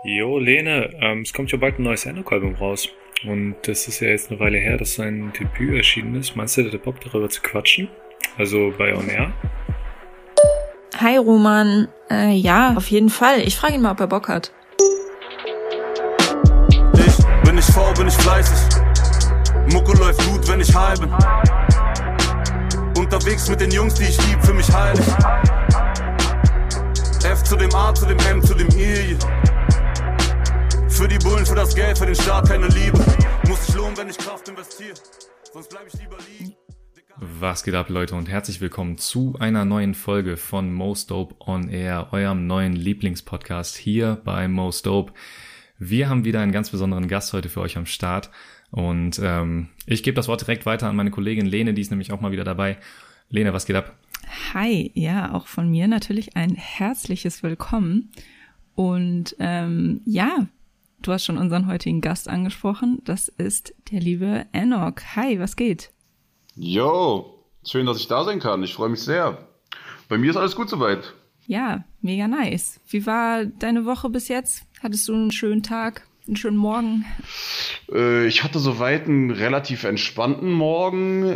Jo, Lene, es kommt ja bald ein neues Enoch-Album raus. Und das ist ja jetzt eine Weile her, dass sein Debüt erschienen ist. Meinst du, der hat Bock darüber zu quatschen? Also bei On Air? Hi Roman, ja, auf jeden Fall. Ich frage ihn mal, ob er Bock hat. Ich bin nicht faul, bin ich fleißig. Mucke läuft gut, wenn ich high bin. Unterwegs mit den Jungs, die ich lieb, für mich heilig. F zu dem A, zu dem M, zu dem I. Für die Bullen, für das Geld, für den Staat keine Liebe. Muss ich lohnen, wenn ich Kraft investiere. Sonst bleib ich lieber liegen. Was geht ab, Leute, und herzlich willkommen zu einer neuen Folge von Most Dope On Air, eurem neuen Lieblingspodcast hier bei Most Dope. Wir haben wieder einen ganz besonderen Gast heute für euch am Start und ich gebe das Wort direkt weiter an meine Kollegin Lene, die ist nämlich auch mal wieder dabei. Lene, was geht ab? Hi, ja, auch von mir natürlich ein herzliches Willkommen und ja, du hast schon unseren heutigen Gast angesprochen, das ist der liebe Enoch. Hi, was geht? Jo, schön, dass ich da sein kann. Ich freue mich sehr. Bei mir ist alles gut soweit. Ja, mega nice. Wie war deine Woche bis jetzt? Hattest du einen schönen Tag, einen schönen Morgen? Ich hatte soweit einen relativ entspannten Morgen.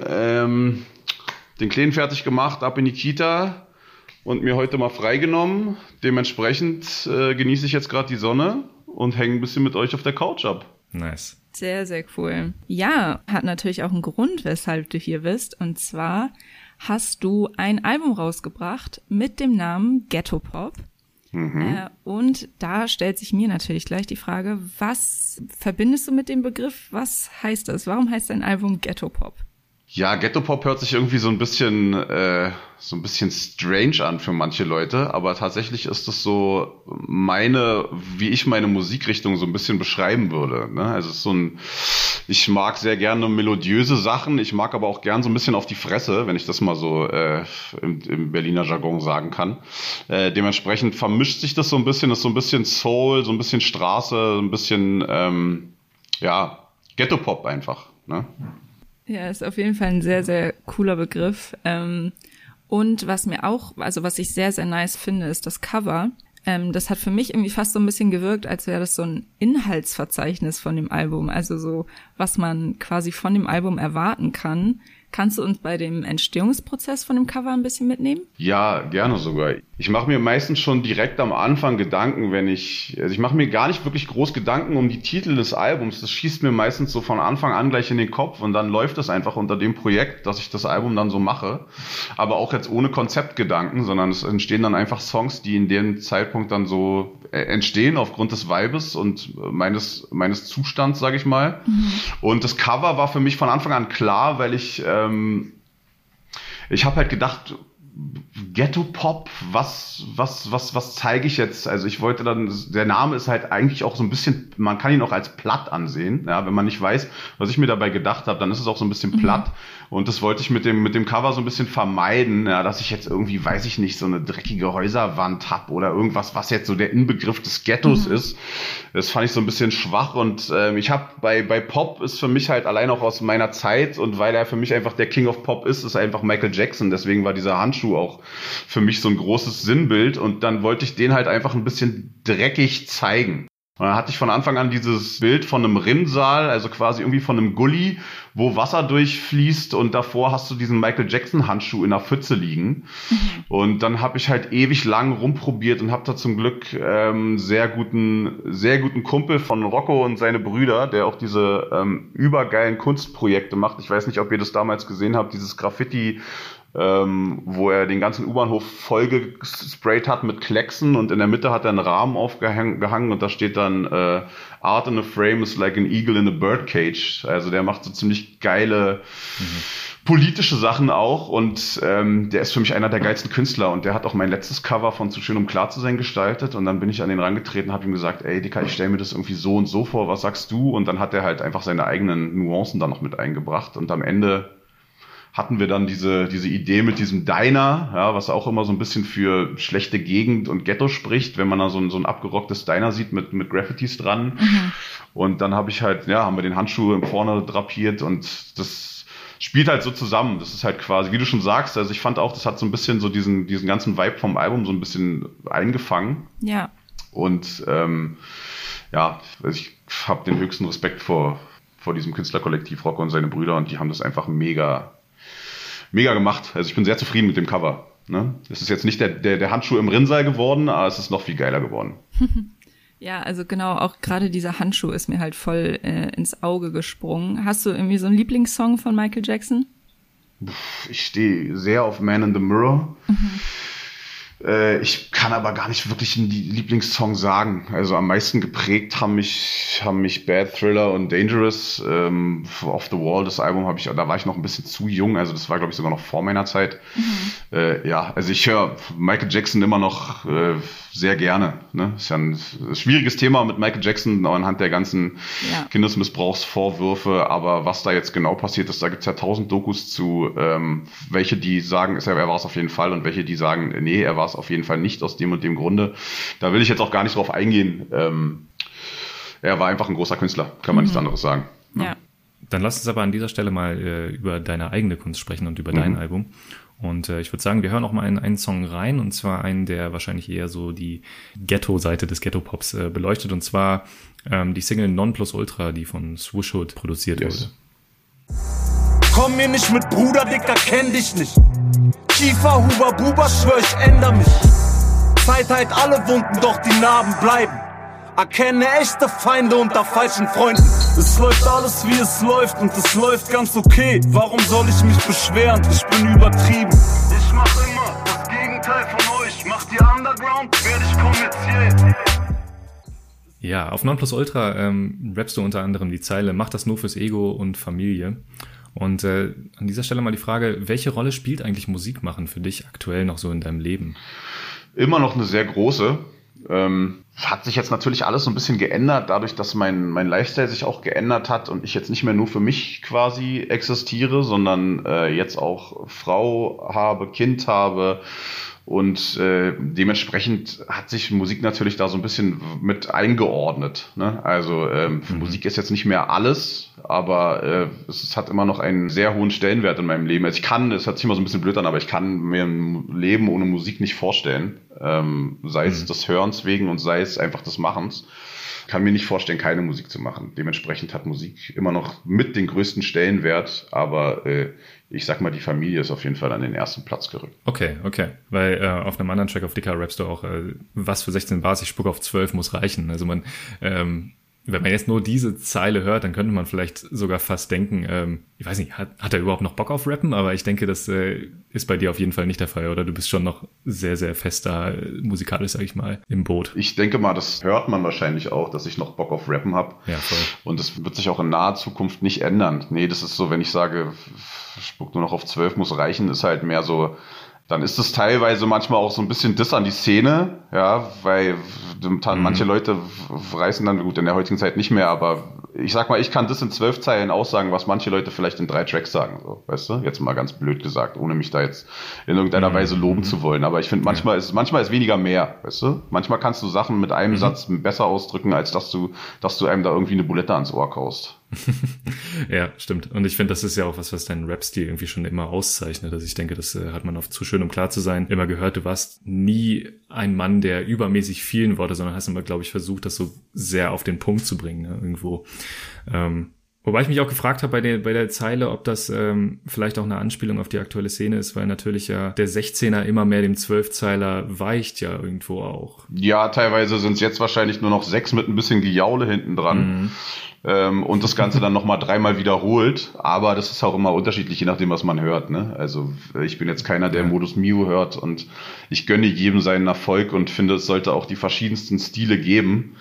Den Kleinen fertig gemacht, ab in die Kita und mir heute mal freigenommen. Dementsprechend genieße ich jetzt gerade die Sonne und hänge ein bisschen mit euch auf der Couch ab. Nice. Sehr, sehr cool. Ja, hat natürlich auch einen Grund, weshalb du hier bist. Und zwar hast du ein Album rausgebracht mit dem Namen Ghetto Pop. Und da stellt sich mir natürlich gleich die Frage, was verbindest du mit dem Begriff? Was heißt das? Warum heißt dein Album Ghetto Pop? Ja, Ghetto Pop hört sich irgendwie so ein bisschen strange an für manche Leute, aber tatsächlich ist das so wie ich meine Musikrichtung so ein bisschen beschreiben würde, ne? Also es ist ich mag sehr gerne melodiöse Sachen, ich mag aber auch gern so ein bisschen auf die Fresse, wenn ich das mal so im Berliner Jargon sagen kann. Dementsprechend vermischt sich das so ein bisschen, ist so ein bisschen Soul, so ein bisschen Straße, so ein bisschen Ghetto Pop einfach, ne? Ja, ist auf jeden Fall ein sehr, sehr cooler Begriff. Und was ich sehr, sehr nice finde, ist das Cover. Das hat für mich irgendwie fast so ein bisschen gewirkt, als wäre das so ein Inhaltsverzeichnis von dem Album. Also so, was man quasi von dem Album erwarten kann. Kannst du uns bei dem Entstehungsprozess von dem Cover ein bisschen mitnehmen? Ja, gerne sogar. Ich mache mir meistens schon direkt am Anfang Gedanken, ich mache mir gar nicht wirklich groß Gedanken um die Titel des Albums. Das schießt mir meistens so von Anfang an gleich in den Kopf und dann läuft es einfach unter dem Projekt, dass ich das Album dann so mache. Aber auch jetzt ohne Konzeptgedanken, sondern es entstehen dann einfach Songs, die in dem Zeitpunkt dann so entstehen aufgrund des Vibes und meines Zustands, sage ich mal. Und das Cover war für mich von Anfang an klar, weil ich habe halt gedacht, Ghetto Pop, was zeige ich jetzt? Also ich wollte dann, der Name ist halt eigentlich auch so ein bisschen, man kann ihn auch als platt ansehen, ja, wenn man nicht weiß, was ich mir dabei gedacht habe, dann ist es auch so ein bisschen platt. Und das wollte ich mit dem Cover so ein bisschen vermeiden, ja, dass ich jetzt irgendwie, weiß ich nicht, so eine dreckige Häuserwand hab oder irgendwas, was jetzt so der Inbegriff des Ghettos ist. Das fand ich so ein bisschen schwach und ich habe bei Pop ist für mich halt allein auch aus meiner Zeit und weil er für mich einfach der King of Pop ist einfach Michael Jackson. Deswegen war dieser Handschuh auch für mich so ein großes Sinnbild und dann wollte ich den halt einfach ein bisschen dreckig zeigen. Und dann hatte ich von Anfang an dieses Bild von einem Rinnsal, also quasi irgendwie von einem Gully, wo Wasser durchfließt und davor hast du diesen Michael Jackson Handschuh in der Pfütze liegen. Und dann habe ich halt ewig lang rumprobiert und habe da zum Glück sehr guten Kumpel von Rocco und seine Brüder, der auch diese übergeilen Kunstprojekte macht. Ich weiß nicht, ob ihr das damals gesehen habt, dieses Graffiti, wo er den ganzen U-Bahnhof voll gesprayt hat mit Klecksen und in der Mitte hat er einen Rahmen aufgehangen und da steht dann Art in a frame is like an eagle in a birdcage. Also der macht so ziemlich geile politische Sachen auch und der ist für mich einer der geilsten Künstler und der hat auch mein letztes Cover von Zu schön um klar zu sein gestaltet und dann bin ich an den rangetreten, habe ihm gesagt, ey Dicker, ich stelle mir das irgendwie so und so vor, was sagst du? Und dann hat er halt einfach seine eigenen Nuancen da noch mit eingebracht und am Ende hatten wir dann diese Idee mit diesem Diner, ja, was auch immer so ein bisschen für schlechte Gegend und Ghetto spricht, wenn man da so ein abgerocktes Diner sieht mit Graffitis dran. Und dann haben wir den Handschuh vorne drapiert und das spielt halt so zusammen. Das ist halt quasi, wie du schon sagst, also ich fand auch, das hat so ein bisschen so diesen ganzen Vibe vom Album so ein bisschen eingefangen. Ja. Und ja, also ich habe den höchsten Respekt vor diesem Künstlerkollektiv Rocco und seine Brüder und die haben das einfach mega gemacht. Also ich bin sehr zufrieden mit dem Cover. Ne? Es ist jetzt nicht der Handschuh im Rinnsal geworden, aber es ist noch viel geiler geworden. Ja, also genau, auch gerade dieser Handschuh ist mir halt voll ins Auge gesprungen. Hast du irgendwie so einen Lieblingssong von Michael Jackson? Ich stehe sehr auf Man in the Mirror. Ich kann aber gar nicht wirklich einen Lieblingssong sagen. Also am meisten geprägt haben mich Bad, Thriller und Dangerous. Off the Wall, das Album da war ich noch ein bisschen zu jung. Also das war, glaube ich, sogar noch vor meiner Zeit. Ja, also ich höre Michael Jackson immer noch sehr gerne. Ne? Ist ja ein schwieriges Thema mit Michael Jackson anhand der ganzen Kindesmissbrauchsvorwürfe. Aber was da jetzt genau passiert ist, da gibt's ja 1000 Dokus zu, welche die sagen, er war es auf jeden Fall und welche die sagen, nee, er war es auf jeden Fall nicht aus dem und dem Grunde. Da will ich jetzt auch gar nicht drauf eingehen. Er war einfach ein großer Künstler, kann man nichts anderes sagen. Ja. Dann lass uns aber an dieser Stelle mal über deine eigene Kunst sprechen und über dein Album. Und ich würde sagen, wir hören auch mal einen Song rein, und zwar einen, der wahrscheinlich eher so die Ghetto-Seite des Ghetto-Pops beleuchtet, und zwar die Single Nonplusultra, die von Swoosh Hood produziert wurde. Komm mir nicht mit Bruder, Dicker, kenn dich nicht. Kiefer, Huber, Buber, schwör ich änder mich. Zeit heilt alle Wunden, doch die Narben bleiben. Erkenne echte Feinde unter falschen Freunden. Es läuft alles wie es läuft und es läuft ganz okay. Warum soll ich mich beschweren? Ich bin übertrieben. Ich mach immer das Gegenteil von euch. Macht ihr Underground, werde ich kommerziell. Ja, auf Nonplusultra rappst du unter anderem die Zeile: Mach das nur fürs Ego und Familie. Und an dieser Stelle mal die Frage, welche Rolle spielt eigentlich Musik machen für dich aktuell noch so in deinem Leben? Immer noch eine sehr große. Hat sich jetzt natürlich alles so ein bisschen geändert, dadurch, dass mein Lifestyle sich auch geändert hat und ich jetzt nicht mehr nur für mich quasi existiere, sondern jetzt auch Frau habe, Kind habe. Und dementsprechend hat sich Musik natürlich da so ein bisschen mit eingeordnet. Ne? Also Musik ist jetzt nicht mehr alles, aber es hat immer noch einen sehr hohen Stellenwert in meinem Leben. Also es hört sich immer so ein bisschen blöd an, aber ich kann mir ein Leben ohne Musik nicht vorstellen. Sei es des Hörens wegen und sei es einfach des Machens. Kann mir nicht vorstellen, keine Musik zu machen. Dementsprechend hat Musik immer noch mit den größten Stellenwert, aber ich sag mal, die Familie ist auf jeden Fall an den ersten Platz gerückt. Okay. Weil auf einem anderen Track auf Dicker rappst du auch, was für 16 Bars, ich spucke auf 12 muss reichen. Also wenn man jetzt nur diese Zeile hört, dann könnte man vielleicht sogar fast denken, ich weiß nicht, hat er überhaupt noch Bock auf Rappen? Aber ich denke, das ist bei dir auf jeden Fall nicht der Fall, oder? Du bist schon noch sehr, sehr fest da musikalisch, sag ich mal, im Boot. Ich denke mal, das hört man wahrscheinlich auch, dass ich noch Bock auf Rappen habe. Ja, voll. Und das wird sich auch in naher Zukunft nicht ändern. Nee, das ist so, wenn ich sage, spuck nur noch auf 12 muss reichen, ist halt mehr so, dann ist es teilweise manchmal auch so ein bisschen Diss an die Szene, ja, weil manche Leute reißen dann, gut, in der heutigen Zeit nicht mehr, aber ich sag mal, ich kann das in 12 Zeilen aussagen, was manche Leute vielleicht in 3 Tracks sagen, so, weißt du, jetzt mal ganz blöd gesagt, ohne mich da jetzt in irgendeiner Weise loben zu wollen, aber ich finde, manchmal ist weniger mehr, weißt du, manchmal kannst du Sachen mit einem Satz besser ausdrücken, als dass du einem da irgendwie eine Bulette ans Ohr kaust. Ja, stimmt. Und ich finde, das ist ja auch was deinen Rap-Stil irgendwie schon immer auszeichnet. Also ich denke, das hat man auf Zu schön, um klar zu sein immer gehört. Du warst nie ein Mann, der übermäßig vielen Worte, sondern hast immer, glaube ich, versucht, das so sehr auf den Punkt zu bringen, ne, irgendwo. Wobei ich mich auch gefragt habe bei der Zeile, ob das vielleicht auch eine Anspielung auf die aktuelle Szene ist, weil natürlich ja der 16er immer mehr dem 12-Zeiler weicht ja irgendwo auch. Ja, teilweise sind es jetzt wahrscheinlich nur noch 6 mit ein bisschen Gejaule hinten dran. Und das Ganze dann nochmal 3-mal wiederholt, aber das ist auch immer unterschiedlich, je nachdem, was man hört, ne? Also ich bin jetzt keiner, der Modus Mio hört, und ich gönne jedem seinen Erfolg und finde, es sollte auch die verschiedensten Stile geben.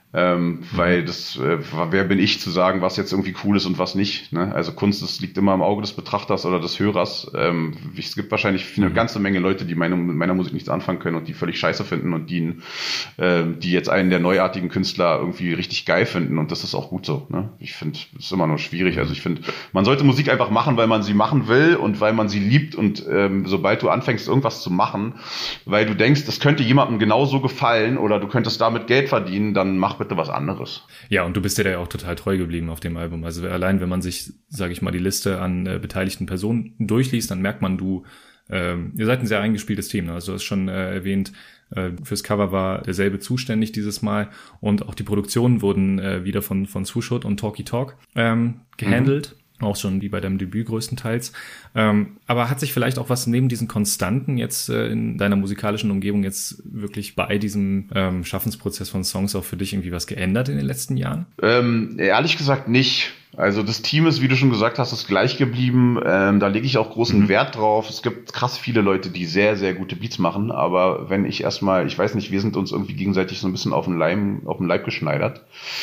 Weil wer bin ich zu sagen, was jetzt irgendwie cool ist und was nicht, ne? Also Kunst, das liegt immer im Auge des Betrachters oder des Hörers. Es gibt wahrscheinlich eine ganze Menge Leute, die mit meiner Musik nichts anfangen können und die völlig scheiße finden und die jetzt einen der neuartigen Künstler irgendwie richtig geil finden, und das ist auch gut so, ne? Ich finde, es ist immer nur schwierig. Also ich finde, man sollte Musik einfach machen, weil man sie machen will und weil man sie liebt, und sobald du anfängst, irgendwas zu machen, weil du denkst, das könnte jemandem genauso gefallen oder du könntest damit Geld verdienen, dann mach bitte was anderes. Ja, und du bist dir da ja auch total treu geblieben auf dem Album. Also allein, wenn man sich, sage ich mal, die Liste an beteiligten Personen durchliest, dann merkt man, ihr seid ein sehr eingespieltes Team. Also du hast schon erwähnt, Fürs Cover war derselbe zuständig dieses Mal und auch die Produktionen wurden wieder von Swooshoot und Talky Talk gehandelt. Auch schon wie bei deinem Debüt größtenteils. Aber hat sich vielleicht auch was neben diesen Konstanten jetzt in deiner musikalischen Umgebung jetzt wirklich bei diesem Schaffensprozess von Songs auch für dich irgendwie was geändert in den letzten Jahren? Ehrlich gesagt nicht. Also das Team ist, wie du schon gesagt hast, ist gleich geblieben. Da lege ich auch großen Wert drauf. Es gibt krass viele Leute, die sehr, sehr gute Beats machen. Aber wenn ich erstmal, ich weiß nicht, wir sind uns irgendwie gegenseitig so ein bisschen auf den Leib geschneidert.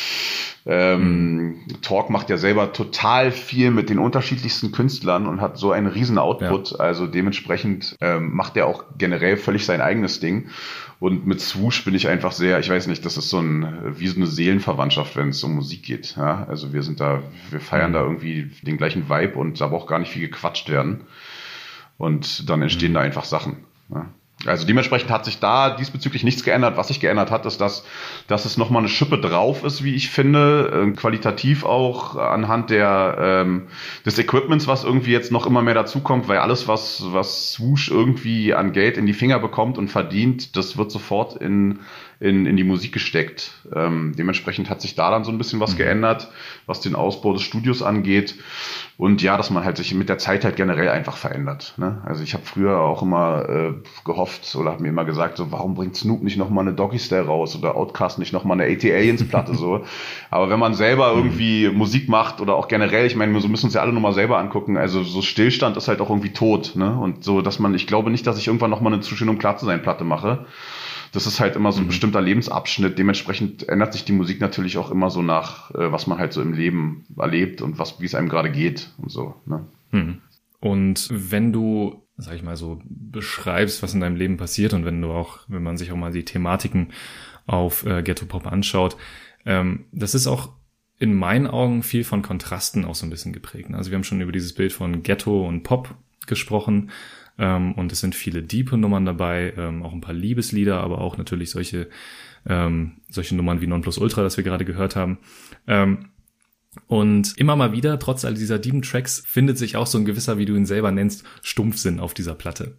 Talk macht ja selber total viel mit den unterschiedlichsten Künstlern und hat so einen riesen Output. Ja. Also dementsprechend macht er auch generell völlig sein eigenes Ding. Und mit Swoosh bin ich einfach sehr, ich weiß nicht, das ist wie so eine Seelenverwandtschaft, wenn es um Musik geht. Ja? Also wir feiern da irgendwie den gleichen Vibe und da braucht gar nicht viel gequatscht werden. Und dann entstehen da einfach Sachen. Ja? Also dementsprechend hat sich da diesbezüglich nichts geändert. Was sich geändert hat, ist, dass es nochmal eine Schippe drauf ist, wie ich finde, qualitativ auch anhand des Equipments, was irgendwie jetzt noch immer mehr dazukommt, weil alles, was Swoosh irgendwie an Geld in die Finger bekommt und verdient, das wird sofort in die Musik gesteckt. Dementsprechend hat sich da dann so ein bisschen was geändert, was den Ausbau des Studios angeht. Und ja, dass man halt sich mit der Zeit halt generell einfach verändert. Ne? Also ich habe früher auch immer gehofft oder habe mir immer gesagt, so, warum bringt Snoop nicht nochmal eine Doggy Style raus oder Outkast nicht nochmal eine AT-Aliens-Platte so. Aber wenn man selber irgendwie Musik macht oder auch generell, ich meine, wir müssen uns ja alle nochmal selber angucken, also so Stillstand ist halt auch irgendwie tot. Ne? Und so, ich glaube nicht, dass ich irgendwann nochmal eine Zu schön, um klar zu sein Platte mache. Das ist halt immer so ein bestimmter Lebensabschnitt. Dementsprechend ändert sich die Musik natürlich auch immer so nach, was man halt so im Leben erlebt und wie es einem gerade geht und so. Ne? Und wenn du, sag ich mal so, beschreibst, was in deinem Leben passiert und wenn man sich auch mal die Thematiken auf Ghetto Pop anschaut, das ist auch in meinen Augen viel von Kontrasten auch so ein bisschen geprägt. Also wir haben schon über dieses Bild von Ghetto und Pop gesprochen. Und es sind viele diepe Nummern dabei, auch ein paar Liebeslieder, aber auch natürlich solche Nummern wie Nonplusultra, das wir gerade gehört haben. Und immer mal wieder, trotz all dieser diepen Tracks, findet sich auch so ein gewisser, wie du ihn selber nennst, Stumpfsinn auf dieser Platte.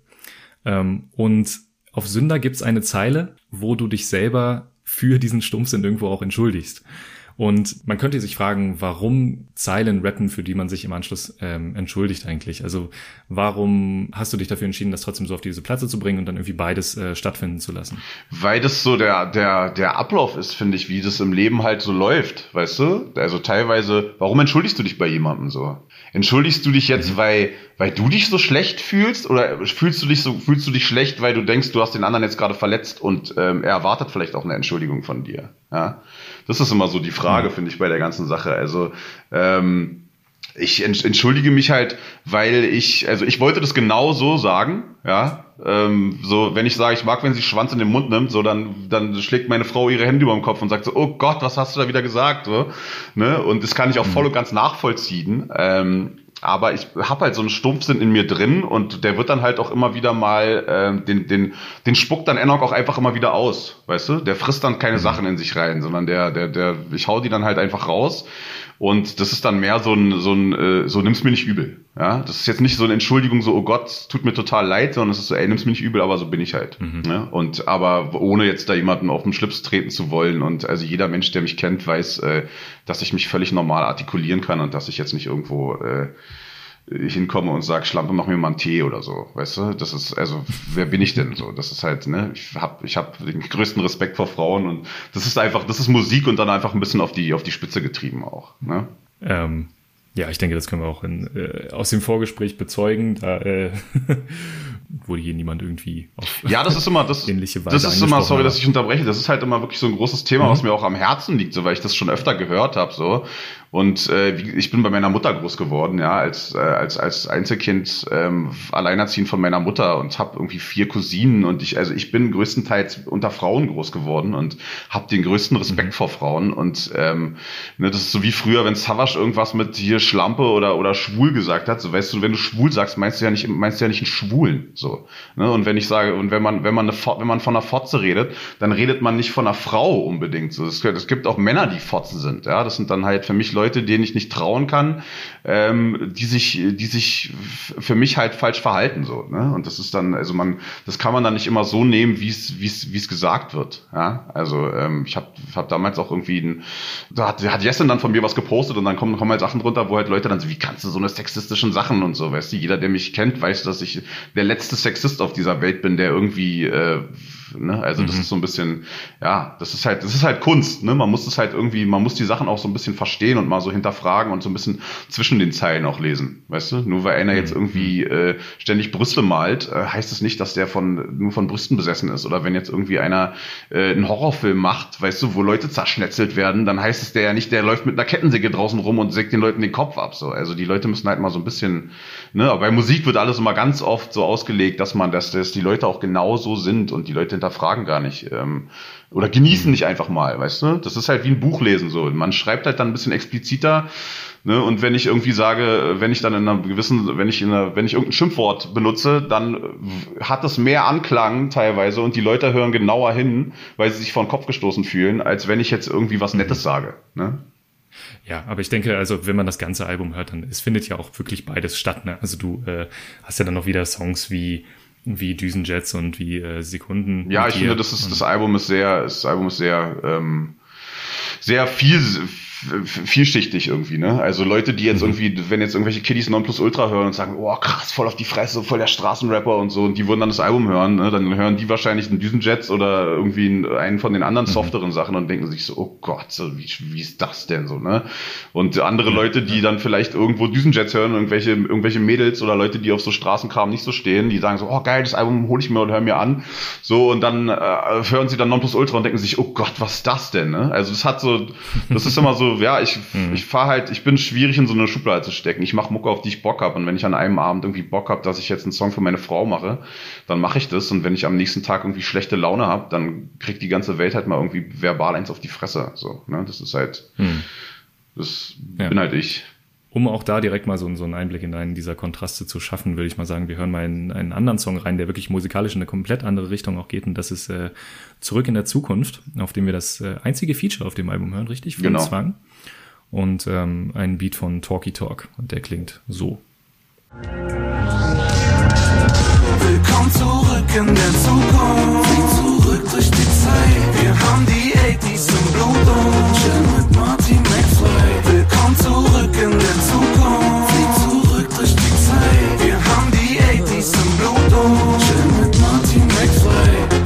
Und auf Sünder gibt's eine Zeile, wo du dich selber für diesen Stumpfsinn irgendwo auch entschuldigst. Und man könnte sich fragen, warum Zeilen rappen, für die man sich im Anschluss entschuldigt eigentlich? Also warum hast du dich dafür entschieden, das trotzdem so auf diese Platte zu bringen und dann irgendwie beides stattfinden zu lassen? Weil das so der Ablauf ist, finde ich, wie das im Leben halt so läuft, weißt du? Also teilweise, warum entschuldigst du dich bei jemandem so? Entschuldigst du dich jetzt, weil du dich so schlecht fühlst? Oder fühlst du dich schlecht, weil du denkst, du hast den anderen jetzt gerade verletzt und er erwartet vielleicht auch eine Entschuldigung von dir? Ja? Das ist immer so die Frage, finde ich, bei der ganzen Sache. Also ich entschuldige mich halt, weil ich wollte das genau so sagen, ja. So, wenn ich sage, ich mag, wenn sie Schwanz in den Mund nimmt, so dann schlägt meine Frau ihre Hände über den Kopf und sagt so, oh Gott, was hast du da wieder gesagt, so, ne? Und das kann ich auch voll und ganz nachvollziehen. Aber ich habe halt so einen Stumpfsinn in mir drin und der wird dann halt auch immer wieder mal, den spuckt dann Enoch auch einfach immer wieder aus, weißt du? Der frisst dann keine Sachen in sich rein, sondern ich hau die dann halt einfach raus. Und das ist dann mehr so nimm's mir nicht übel. Ja, das ist jetzt nicht so eine Entschuldigung, so, oh Gott, tut mir total leid, sondern es ist so, ey, nimm's mir nicht übel, aber so bin ich halt. Ne? Und, aber ohne jetzt da jemanden auf den Schlips treten zu wollen. Und also jeder Mensch, der mich kennt, weiß, dass ich mich völlig normal artikulieren kann und dass ich jetzt nicht irgendwo, hinkomme und sage, Schlampe, mach mir mal einen Tee oder so, weißt du? Das ist, also, wer bin ich denn so? Das ist halt, ne, ich hab den größten Respekt vor Frauen und das ist Musik und dann einfach ein bisschen auf die Spitze getrieben auch, ne? Ja, ich denke, das können wir auch aus dem Vorgespräch bezeugen. Da wurde hier niemand irgendwie auf das ist immer ähnliche Weise das ist immer, sorry, dass ich unterbreche, das ist halt immer wirklich so ein großes Thema, was mir auch am Herzen liegt, so, weil ich das schon öfter gehört habe, so. Und ich bin bei meiner Mutter groß geworden, ja, als Einzelkind, alleinerziehend von meiner Mutter und habe irgendwie 4 Cousinen und ich bin größtenteils unter Frauen groß geworden und habe den größten Respekt vor Frauen und ne, das ist so wie früher, wenn Savage irgendwas mit hier Schlampe oder schwul gesagt hat, so, weißt du, wenn du schwul sagst, meinst du ja nicht einen Schwulen, so, ne? Und wenn ich sage, und wenn man von einer Fotze redet, dann redet man nicht von einer Frau unbedingt, so. Es gibt auch Männer, die Fotzen sind, ja, das sind dann halt für mich Leute, Leute, denen ich nicht trauen kann, die sich für mich halt falsch verhalten, so, ne? Und das ist dann, also das kann man dann nicht immer so nehmen, wie es gesagt wird, ja? Also, ich hab damals auch irgendwie da hat Jessin dann von mir was gepostet und dann kommen halt Sachen drunter, wo halt Leute dann so, wie kannst du so eine sexistischen Sachen und so, weißt du, jeder, der mich kennt, weiß, dass ich der letzte Sexist auf dieser Welt bin, der irgendwie, ne, also das ist so ein bisschen, ja, das ist halt Kunst, ne, man muss die Sachen auch so ein bisschen verstehen und mal so hinterfragen und so ein bisschen zwischen den Zeilen auch lesen, weißt du, nur weil einer jetzt irgendwie ständig Brüste malt, heißt es nicht, dass der nur von Brüsten besessen ist, oder wenn jetzt irgendwie einer einen Horrorfilm macht, weißt du, wo Leute zerschnetzelt werden, dann heißt es der ja nicht, der läuft mit einer Kettensäge draußen rum und sägt den Leuten den Kopf ab, so, also die Leute müssen halt mal so ein bisschen, ne, aber bei Musik wird alles immer ganz oft so ausgelegt, dass die Leute auch genau so sind und die Leute hinterfragen gar nicht oder genießen nicht einfach mal, weißt du? Das ist halt wie ein Buch lesen so. Man schreibt halt dann ein bisschen expliziter, ne? Und wenn ich irgendwie sage, wenn ich irgendein Schimpfwort benutze, dann hat es mehr Anklang teilweise und die Leute hören genauer hin, weil sie sich vor den Kopf gestoßen fühlen, als wenn ich jetzt irgendwie was Nettes sage, ne? Ja, aber ich denke, also wenn man das ganze Album hört, dann es findet ja auch wirklich beides statt, ne? Also du hast ja dann noch wieder Songs wie Düsenjets und wie Sekunden. Ja, ich finde, das Album ist sehr vielschichtig irgendwie, ne? Also Leute, die jetzt irgendwie, wenn jetzt irgendwelche Kiddies Nonplusultra hören und sagen, oh krass, voll auf die Fresse, voll der Straßenrapper und so, und die würden dann das Album hören, ne? Dann hören die wahrscheinlich den Düsenjets oder irgendwie einen von den anderen softeren Sachen und denken sich so, oh Gott, so, wie ist das denn so, ne? Und andere Leute, die dann vielleicht irgendwo Düsenjets hören, irgendwelche Mädels oder Leute, die auf so Straßenkram nicht so stehen, die sagen so, oh geil, das Album hole ich mir und hör mir an, so, und dann hören sie dann Nonplusultra und denken sich, oh Gott, was ist das denn, ne? Also das ist immer so, ja, ich bin schwierig in so eine Schublade zu stecken. Ich mache Mucke, auf die ich Bock habe. Und wenn ich an einem Abend irgendwie Bock habe, dass ich jetzt einen Song für meine Frau mache, dann mache ich das. Und wenn ich am nächsten Tag irgendwie schlechte Laune habe, dann kriegt die ganze Welt halt mal irgendwie verbal eins auf die Fresse. So, ne? Das ist halt, bin halt ich. Um auch da direkt mal so einen Einblick in einen dieser Kontraste zu schaffen, würde ich mal sagen, wir hören mal in einen anderen Song rein, der wirklich musikalisch in eine komplett andere Richtung auch geht. Und das ist Zurück in der Zukunft, auf dem wir das einzige Feature auf dem Album hören, richtig? Von Zwang. Und ein Beat von Talky Talk. Und der klingt so. Willkommen zurück in der Zukunft. Flieg zurück durch die Zeit. Wir haben die 80s im Blut und chillen mit Marty McFly. Willkommen zurück in der Zukunft. Flieg zurück durch die Zeit. Wir haben die 80s im Blut und chillen mit Marty McFly.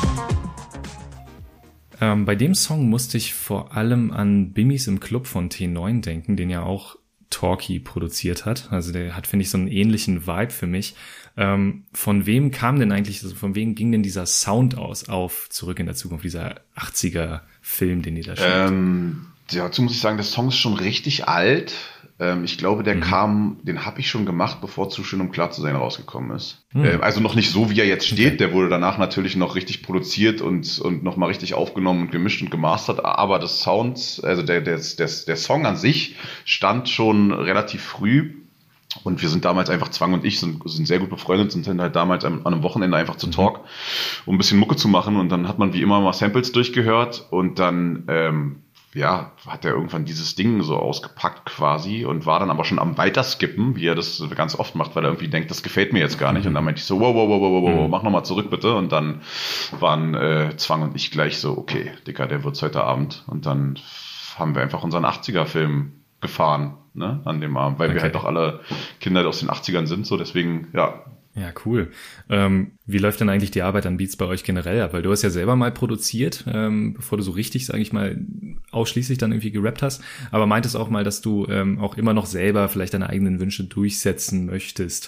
Bei dem Song musste ich vor allem an Bimmis im Club von T9 denken, den ja auch Talky produziert hat. Also der hat, finde ich, so einen ähnlichen Vibe für mich. Von wem kam denn eigentlich, also von wem ging denn dieser Sound aus auf Zurück in der Zukunft, dieser 80er-Film, den ihr da schreibt? Dazu muss ich sagen, der Song ist schon richtig alt. Ich glaube, den habe ich schon gemacht, bevor Zu schön, um klar zu sein rausgekommen ist. Also noch nicht so, wie er jetzt steht. Der wurde danach natürlich noch richtig produziert und nochmal richtig aufgenommen und gemischt und gemastert. Aber das Sound, also der Song an sich stand schon relativ früh. Und wir sind damals einfach, Zwang und ich sind sehr gut befreundet, sind dann halt damals an einem Wochenende einfach zu Talk, um ein bisschen Mucke zu machen. Und dann hat man wie immer mal Samples durchgehört und dann hat er irgendwann dieses Ding so ausgepackt quasi und war dann aber schon am Weiterskippen, wie er das ganz oft macht, weil er irgendwie denkt, das gefällt mir jetzt gar nicht. Und dann meinte ich so, wow, mach nochmal zurück bitte. Und dann waren Zwang und ich gleich so, okay, Dicker, der wird's heute Abend. Und dann haben wir einfach unseren 80er-Film gefahren, ne, an dem Abend, weil wir halt doch alle Kinder aus den 80ern sind, so deswegen, ja. Ja, cool. Wie läuft denn eigentlich die Arbeit an Beats bei euch generell ab? Weil du hast ja selber mal produziert, bevor du so richtig, sage ich mal, ausschließlich dann irgendwie gerappt hast, aber meintest auch mal, dass du auch immer noch selber vielleicht deine eigenen Wünsche durchsetzen möchtest.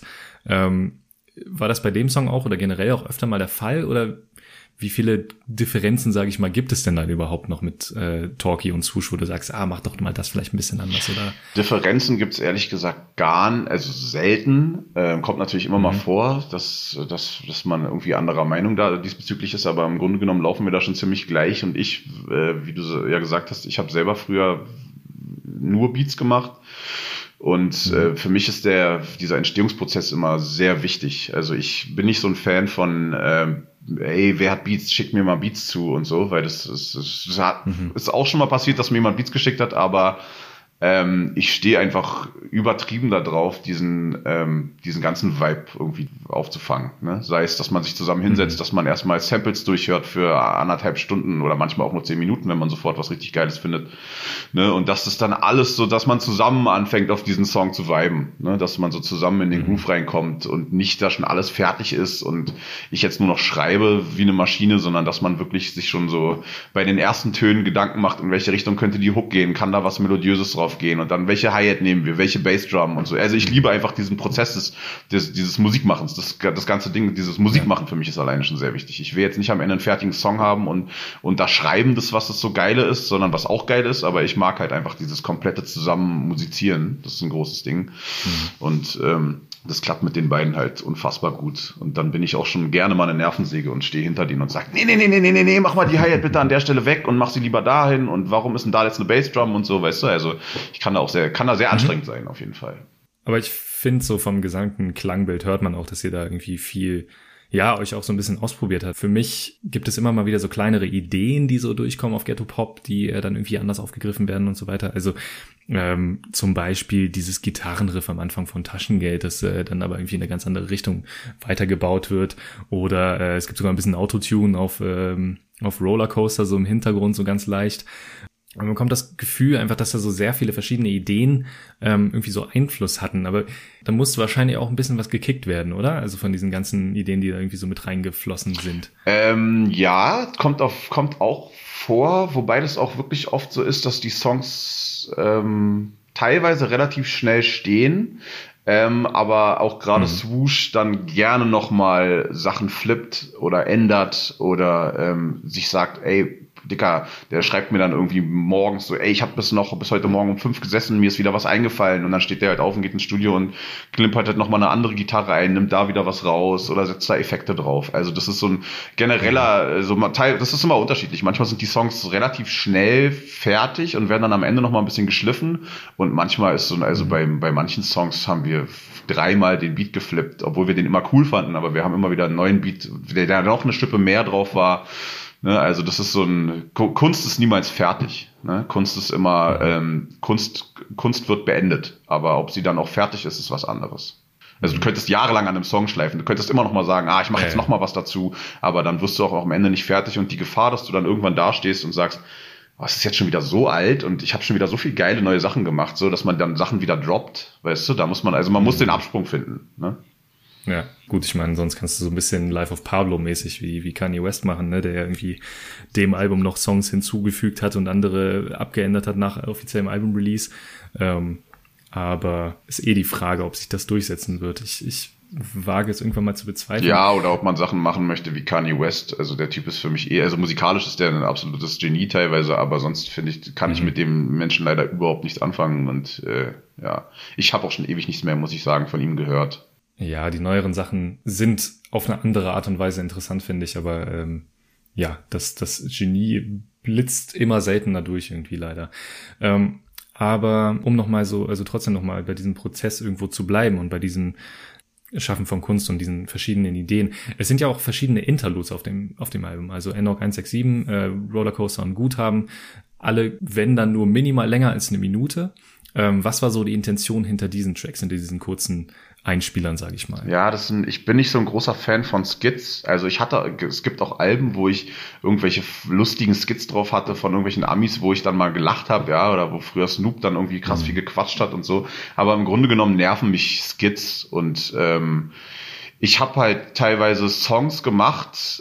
War das bei dem Song auch oder generell auch öfter mal der Fall oder wie viele Differenzen, sage ich mal, gibt es denn dann überhaupt noch mit Talky und Swoosh, wo du sagst, mach doch mal das vielleicht ein bisschen anders, oder? Differenzen gibt's ehrlich gesagt also selten. Kommt natürlich immer mal vor, dass man irgendwie anderer Meinung da diesbezüglich ist, aber im Grunde genommen laufen wir da schon ziemlich gleich. Und ich, wie du ja gesagt hast, ich habe selber früher nur Beats gemacht. Und für mich ist dieser Entstehungsprozess immer sehr wichtig. Also ich bin nicht so ein Fan von wer hat Beats, schickt mir mal Beats zu und so, weil das ist auch schon mal passiert, dass mir jemand Beats geschickt hat, aber Ich stehe einfach übertrieben da drauf, diesen ganzen Vibe irgendwie aufzufangen. Ne? Sei es, dass man sich zusammen hinsetzt, dass man erstmal Samples durchhört für 1,5 Stunden oder manchmal auch nur 10 Minuten, wenn man sofort was richtig Geiles findet. Ne? Und das ist dann alles so, dass man zusammen anfängt, auf diesen Song zu viben. Ne? Dass man so zusammen in den Groove reinkommt und nicht, dass schon alles fertig ist und ich jetzt nur noch schreibe wie eine Maschine, sondern dass man wirklich sich schon so bei den ersten Tönen Gedanken macht, in welche Richtung könnte die Hook gehen, kann da was Melodiöses drauf gehen und dann welche Hi-Hat nehmen wir, welche Bassdrum und so. Also ich liebe einfach diesen Prozess dieses Musikmachens, das ganze Ding, dieses Musikmachen für mich ist alleine schon sehr wichtig. Ich will jetzt nicht am Ende einen fertigen Song haben und da schreiben das, was das so geile ist, sondern was auch geil ist, aber ich mag halt einfach dieses komplette Zusammen musizieren, das ist ein großes Ding und das klappt mit den beiden halt unfassbar gut und dann bin ich auch schon gerne mal eine Nervensäge und stehe hinter denen und sage, nee, mach mal die Hi-Hat bitte an der Stelle weg und mach sie lieber dahin und warum ist denn da jetzt eine Bassdrum und so, weißt du, also ich kann da sehr anstrengend sein, auf jeden Fall. Aber ich finde, so vom gesamten Klangbild hört man auch, dass ihr da irgendwie viel, ja, euch auch so ein bisschen ausprobiert habt. Für mich gibt es immer mal wieder so kleinere Ideen, die so durchkommen auf Ghetto Pop, die dann irgendwie anders aufgegriffen werden und so weiter. Also zum Beispiel dieses Gitarrenriff am Anfang von Taschengeld, das dann aber irgendwie in eine ganz andere Richtung weitergebaut wird. Oder es gibt sogar ein bisschen Autotune auf Rollercoaster, so im Hintergrund, so ganz leicht. Und man bekommt das Gefühl einfach, dass da so sehr viele verschiedene Ideen irgendwie so Einfluss hatten. Aber da muss wahrscheinlich auch ein bisschen was gekickt werden, oder? Also von diesen ganzen Ideen, die da irgendwie so mit reingeflossen sind. Ja, kommt auch vor, wobei das auch wirklich oft so ist, dass die Songs teilweise relativ schnell stehen, aber auch gerade Swoosh dann gerne nochmal Sachen flippt oder ändert oder sich sagt, ey, Dicker, der schreibt mir dann irgendwie morgens so, ey, ich habe bis heute Morgen um 5 gesessen, mir ist wieder was eingefallen und dann steht der halt auf und geht ins Studio und klimpert halt nochmal eine andere Gitarre ein, nimmt da wieder was raus oder setzt da Effekte drauf. Also das ist so ein genereller, das ist immer unterschiedlich. Manchmal sind die Songs relativ schnell fertig und werden dann am Ende nochmal ein bisschen geschliffen und manchmal ist so, also bei manchen Songs haben wir 3-mal den Beat geflippt, obwohl wir den immer cool fanden, aber wir haben immer wieder einen neuen Beat, der noch eine Schippe mehr drauf war. Ne, also das ist so Kunst ist niemals fertig. Ne? Kunst ist immer, Kunst wird beendet. Aber ob sie dann auch fertig ist, ist was anderes. Also du könntest jahrelang an einem Song schleifen. Du könntest immer noch mal sagen, ich mache jetzt noch mal was dazu. Aber dann wirst du auch am Ende nicht fertig. Und die Gefahr, dass du dann irgendwann dastehst und sagst, es ist jetzt schon wieder so alt und ich habe schon wieder so viel geile neue Sachen gemacht, so dass man dann Sachen wieder droppt. Weißt du, da muss man muss den Absprung finden. Ne? Ja, gut, ich meine, sonst kannst du so ein bisschen Life of Pablo mäßig wie Kanye West machen, ne, der ja irgendwie dem Album noch Songs hinzugefügt hat und andere abgeändert hat nach offiziellem Album-Release. Aber ist die Frage, ob sich das durchsetzen wird. Ich wage es irgendwann mal zu bezweifeln. Ja, oder ob man Sachen machen möchte wie Kanye West. Also der Typ ist für mich also musikalisch ist der ein absolutes Genie teilweise, aber sonst kann ich mit dem Menschen leider überhaupt nichts anfangen und ich habe auch schon ewig nichts mehr, muss ich sagen, von ihm gehört. Ja, die neueren Sachen sind auf eine andere Art und Weise interessant, finde ich, aber das Genie blitzt immer seltener durch irgendwie leider. Aber um trotzdem nochmal bei diesem Prozess irgendwo zu bleiben und bei diesem Schaffen von Kunst und diesen verschiedenen Ideen. Es sind ja auch verschiedene Interludes auf dem Album, also Enoch 167, Rollercoaster und Guthaben, alle, wenn dann nur minimal länger als eine Minute. Was war so die Intention hinter diesen Tracks, hinter diesen kurzen Einspielern, sage ich mal? Ja, ich bin nicht so ein großer Fan von Skits. Also es gibt auch Alben, wo ich irgendwelche lustigen Skits drauf hatte von irgendwelchen Amis, wo ich dann mal gelacht habe, ja, oder wo früher Snoop dann irgendwie krass viel gequatscht hat und so. Aber im Grunde genommen nerven mich Skits und ich habe halt teilweise Songs gemacht,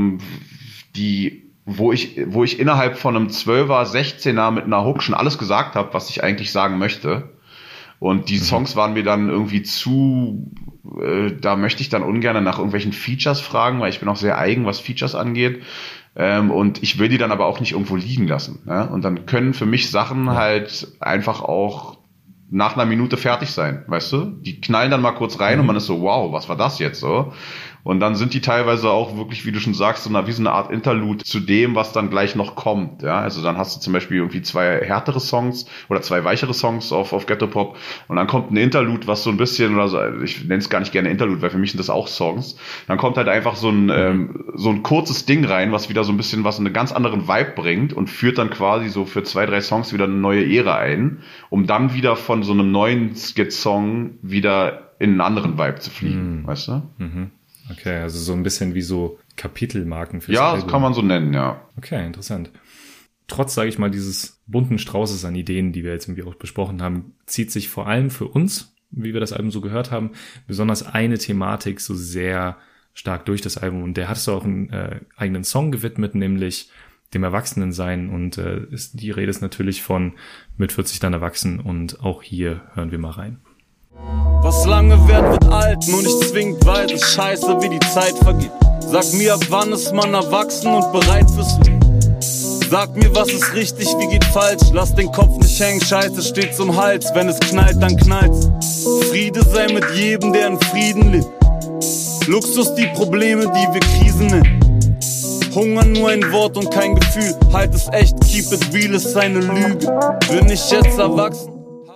wo ich innerhalb von einem 12er, 16er mit einer Hook schon alles gesagt habe, was ich eigentlich sagen möchte. Und die Songs waren mir dann irgendwie da möchte ich dann ungern nach irgendwelchen Features fragen, weil ich bin auch sehr eigen, was Features angeht. Und ich will die dann aber auch nicht irgendwo liegen lassen. Ne? Und dann können für mich Sachen halt einfach auch nach einer Minute fertig sein, weißt du? Die knallen dann mal kurz rein und man ist so, wow, was war das jetzt so? Und dann sind die teilweise auch wirklich, wie du schon sagst, wie so eine Art Interlude zu dem, was dann gleich noch kommt. Ja, also dann hast du zum Beispiel irgendwie 2 härtere Songs oder 2 weichere Songs auf Ghetto Pop und dann kommt ein Interlude, was so ein bisschen, oder so, ich nenne es gar nicht gerne Interlude, weil für mich sind das auch Songs. Dann kommt halt einfach so ein kurzes Ding rein, was wieder so ein bisschen was in einen ganz anderen Vibe bringt und führt dann quasi so für 2, 3 Songs wieder eine neue Ära ein, um dann wieder von so einem neuen Skit-Song wieder in einen anderen Vibe zu fliegen, weißt du? Mhm. Okay, also so ein bisschen wie so Kapitelmarken fürs Ja, Album. das kann man so nennen, ja. Okay, interessant. Trotz, sage ich mal, dieses bunten Straußes an Ideen, die wir jetzt irgendwie auch besprochen haben, zieht sich vor allem für uns, wie wir das Album so gehört haben, besonders eine Thematik so sehr stark durch das Album. Und der hattest du auch einen eigenen Song gewidmet, nämlich dem Erwachsenensein. Und die Rede ist natürlich von mit 40 dann erwachsen. Und auch hier hören wir mal rein. Was lange währt, wird alt, nur nicht zwingend weise. Scheiße, wie die Zeit vergeht. Sag mir, ab wann ist man erwachsen und bereit fürs Leben? Sag mir, was ist richtig, wie geht falsch? Lass den Kopf nicht hängen, Scheiße steht zum Hals. Wenn es knallt, dann knallt's. Friede sei mit jedem, der in Frieden lebt. Luxus die Probleme, die wir Krisen nennen. Hunger nur ein Wort und kein Gefühl. Halt es echt, keep it real, ist eine Lüge. Bin ich jetzt erwachsen?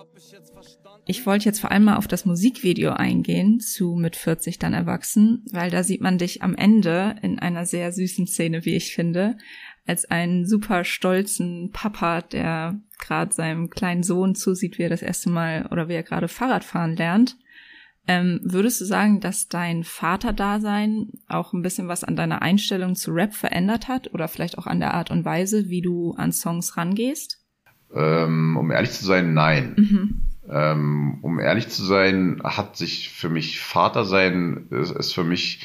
Ich wollte jetzt vor allem mal auf das Musikvideo eingehen zu mit 40 dann erwachsen, weil da sieht man dich am Ende in einer sehr süßen Szene, wie ich finde, als einen super stolzen Papa, der gerade seinem kleinen Sohn zusieht, wie er das erste Mal oder wie er gerade Fahrrad fahren lernt. Würdest du sagen, dass dein Vaterdasein auch ein bisschen was an deiner Einstellung zu Rap verändert hat oder vielleicht auch an der Art und Weise, wie du an Songs rangehst? Um ehrlich zu sein, nein. Um ehrlich zu sein, hat sich für mich Vatersein ist für mich,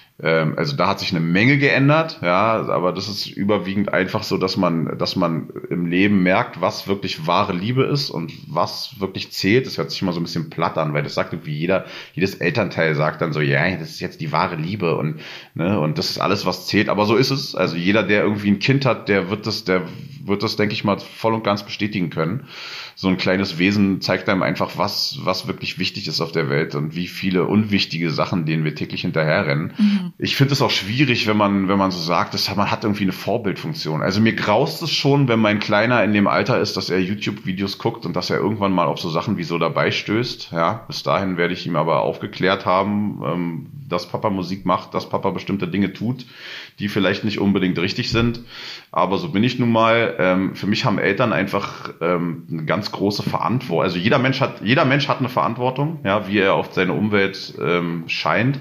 also da hat sich eine Menge geändert, ja, aber das ist überwiegend einfach so, dass man im Leben merkt, was wirklich wahre Liebe ist und was wirklich zählt. Das hört sich immer so ein bisschen platt an, weil das sagt irgendwie jedes Elternteil sagt dann so, ja, das ist jetzt die wahre Liebe und das ist alles, was zählt. Aber so ist es. Also jeder, der irgendwie ein Kind hat, der wird das, denke ich mal, voll und ganz bestätigen können. So ein kleines Wesen zeigt einem einfach, was wirklich wichtig ist auf der Welt und wie viele unwichtige Sachen, denen wir täglich hinterherrennen. Mhm. Ich finde es auch schwierig, wenn man so sagt, man hat irgendwie eine Vorbildfunktion. Also mir graust es schon, wenn mein Kleiner in dem Alter ist, dass er YouTube-Videos guckt und dass er irgendwann mal auf so Sachen wie so dabei stößt. Ja, bis dahin werde ich ihm aber aufgeklärt haben, dass Papa Musik macht, dass Papa bestimmte Dinge tut, die vielleicht nicht unbedingt richtig sind. Aber so bin ich nun mal. Für mich haben Eltern einfach eine ganz große Verantwortung. Also jeder Mensch hat eine Verantwortung, ja, wie er auf seine Umwelt scheint.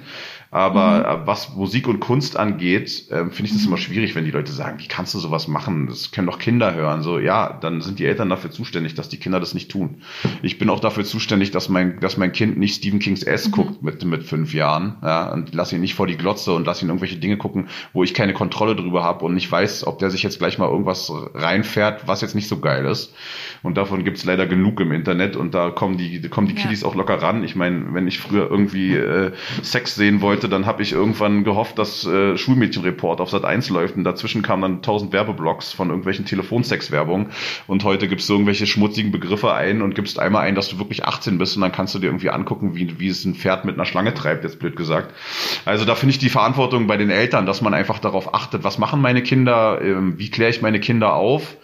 Aber was Musik und Kunst angeht, finde ich das immer schwierig, wenn die Leute sagen, wie kannst du sowas machen? Das können doch Kinder hören. So, ja, dann sind die Eltern dafür zuständig, dass die Kinder das nicht tun. Ich bin auch dafür zuständig, dass mein Kind nicht Stephen Kings S guckt mit 5 Jahren, ja, und lass ihn nicht vor die Glotze und lass ihn irgendwelche Dinge gucken, wo ich keine Kontrolle drüber habe und nicht weiß, ob der sich jetzt gleich mal irgendwas reinfährt, was jetzt nicht so geil ist. Und davon gibt's leider genug im Internet und da kommen die Kiddies auch locker ran. Ich meine, wenn ich früher irgendwie Sex sehen wollte, dann habe ich irgendwann gehofft, dass Schulmädchenreport auf Sat.1 läuft und dazwischen kamen dann 1000 Werbeblocks von irgendwelchen Telefonsex-Werbung und heute gibst du irgendwelche schmutzigen Begriffe ein und gibst einmal ein, dass du wirklich 18 bist und dann kannst du dir irgendwie angucken, wie es ein Pferd mit einer Schlange treibt, jetzt blöd gesagt. Also da finde ich die Verantwortung bei den Eltern, dass man einfach darauf achtet, was machen meine Kinder, wie kläre ich meine Kinder auf,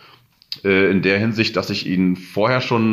in der Hinsicht, dass ich ihnen vorher schon,